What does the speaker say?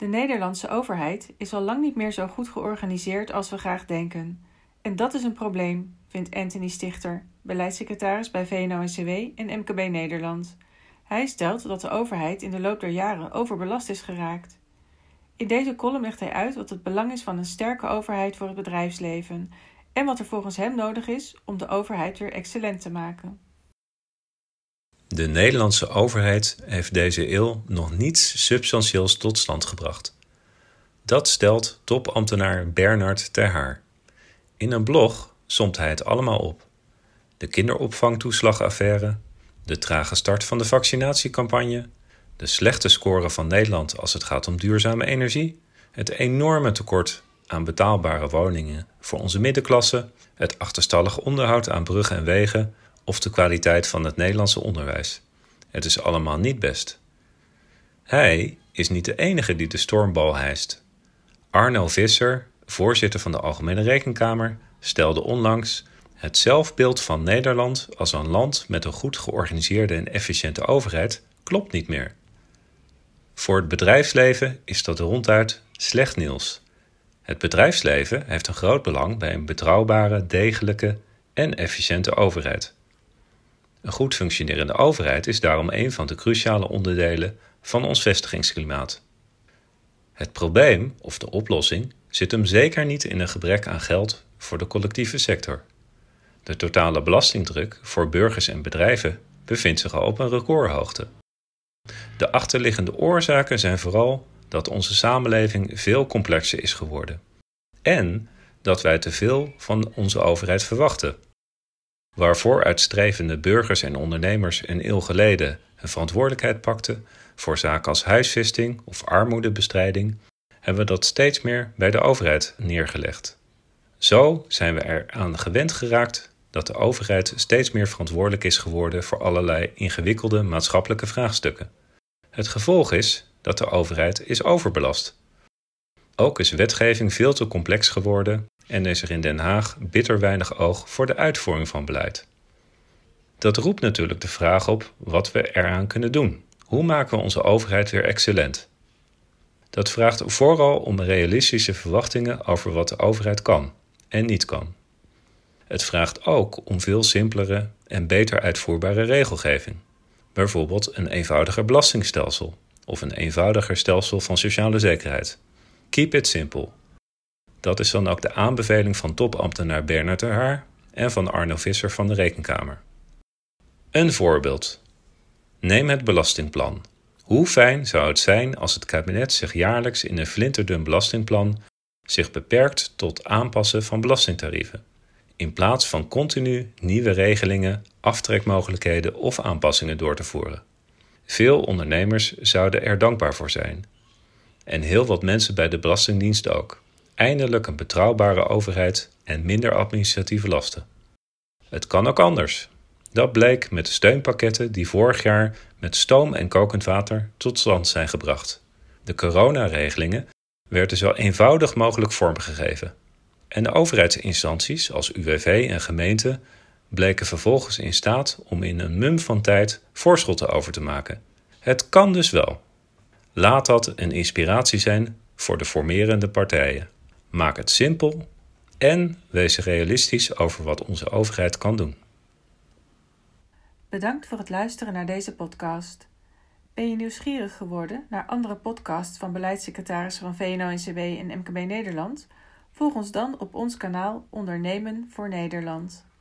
De Nederlandse overheid is al lang niet meer zo goed georganiseerd als we graag denken. En dat is een probleem, vindt Anthony Stichter, beleidssecretaris bij VNO-NCW en MKB Nederland. Hij stelt dat de overheid in de loop der jaren overbelast is geraakt. In deze column legt hij uit wat het belang is van een sterke overheid voor het bedrijfsleven en wat er volgens hem nodig is om de overheid weer excellent te maken. De Nederlandse overheid heeft deze eeuw nog niets substantieels tot stand gebracht. Dat stelt topambtenaar Bernard Ter Haar. In een blog somt hij het allemaal op. De kinderopvangtoeslagaffaire, de trage start van de vaccinatiecampagne, de slechte score van Nederland als het gaat om duurzame energie, het enorme tekort aan betaalbare woningen voor onze middenklasse, het achterstallig onderhoud aan bruggen en wegen of de kwaliteit van het Nederlandse onderwijs. Het is allemaal niet best. Hij is niet de enige die de stormbal hijst. Arno Visser, voorzitter van de Algemene Rekenkamer, stelde onlangs: het zelfbeeld van Nederland als een land met een goed georganiseerde en efficiënte overheid klopt niet meer. Voor het bedrijfsleven is dat ronduit slecht nieuws. Het bedrijfsleven heeft een groot belang bij een betrouwbare, degelijke en efficiënte overheid. Een goed functionerende overheid is daarom een van de cruciale onderdelen van ons vestigingsklimaat. Het probleem, of de oplossing, zit hem zeker niet in een gebrek aan geld voor de collectieve sector. De totale belastingdruk voor burgers en bedrijven bevindt zich al op een recordhoogte. De achterliggende oorzaken zijn vooral dat onze samenleving veel complexer is geworden en dat wij te veel van onze overheid verwachten. Waar vooruitstrevende burgers en ondernemers een eeuw geleden hun verantwoordelijkheid pakten voor zaken als huisvesting of armoedebestrijding, hebben we dat steeds meer bij de overheid neergelegd. Zo zijn we eraan gewend geraakt dat de overheid steeds meer verantwoordelijk is geworden voor allerlei ingewikkelde maatschappelijke vraagstukken. Het gevolg is dat de overheid is overbelast. Ook is wetgeving veel te complex geworden en is er in Den Haag bitter weinig oog voor de uitvoering van beleid. Dat roept natuurlijk de vraag op wat we eraan kunnen doen. Hoe maken we onze overheid weer excellent? Dat vraagt vooral om realistische verwachtingen over wat de overheid kan en niet kan. Het vraagt ook om veel simpelere en beter uitvoerbare regelgeving. Bijvoorbeeld een eenvoudiger belastingstelsel of een eenvoudiger stelsel van sociale zekerheid. Keep it simple. Dat is dan ook de aanbeveling van topambtenaar Bernard Ter Haar en van Arno Visser van de Rekenkamer. Een voorbeeld. Neem het belastingplan. Hoe fijn zou het zijn als het kabinet zich jaarlijks in een flinterdun belastingplan zich beperkt tot aanpassen van belastingtarieven, in plaats van continu nieuwe regelingen, aftrekmogelijkheden of aanpassingen door te voeren. Veel ondernemers zouden er dankbaar voor zijn. En heel wat mensen bij de Belastingdienst ook. Eindelijk een betrouwbare overheid en minder administratieve lasten. Het kan ook anders. Dat bleek met de steunpakketten die vorig jaar met stoom en kokend water tot stand zijn gebracht. De coronaregelingen werden zo eenvoudig mogelijk vormgegeven. En de overheidsinstanties als UWV en gemeenten bleken vervolgens in staat om in een mum van tijd voorschotten over te maken. Het kan dus wel. Laat dat een inspiratie zijn voor de formerende partijen. Maak het simpel en wees realistisch over wat onze overheid kan doen. Bedankt voor het luisteren naar deze podcast. Ben je nieuwsgierig geworden naar andere podcasts van beleidssecretarissen van VNO-NCW en MKB Nederland? Volg ons dan op ons kanaal Ondernemen voor Nederland.